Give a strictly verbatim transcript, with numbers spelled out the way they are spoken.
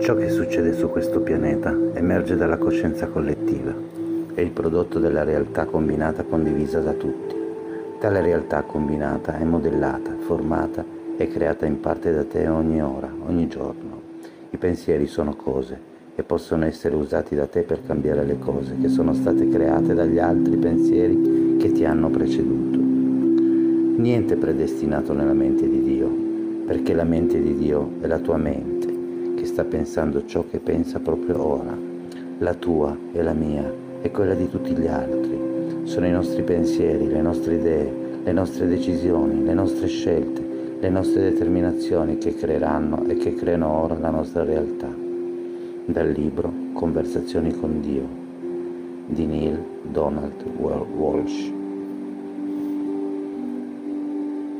Ciò che succede su questo pianeta emerge dalla coscienza collettiva, è il prodotto della realtà combinata condivisa da tutti. Tale realtà combinata è modellata, formata e creata in parte da te ogni ora, ogni giorno. I pensieri sono cose e possono essere usati da te per cambiare le cose che sono state create dagli altri pensieri che ti hanno preceduto. Niente è predestinato nella mente di Dio, perché la mente di Dio è la tua mente, che sta pensando ciò che pensa proprio ora. La tua e la mia e quella di tutti gli altri. Sono i nostri pensieri, le nostre idee, le nostre decisioni, le nostre scelte, le nostre determinazioni che creeranno e che creano ora la nostra realtà. Dal libro Conversazioni con Dio di Neale Donald Walsch.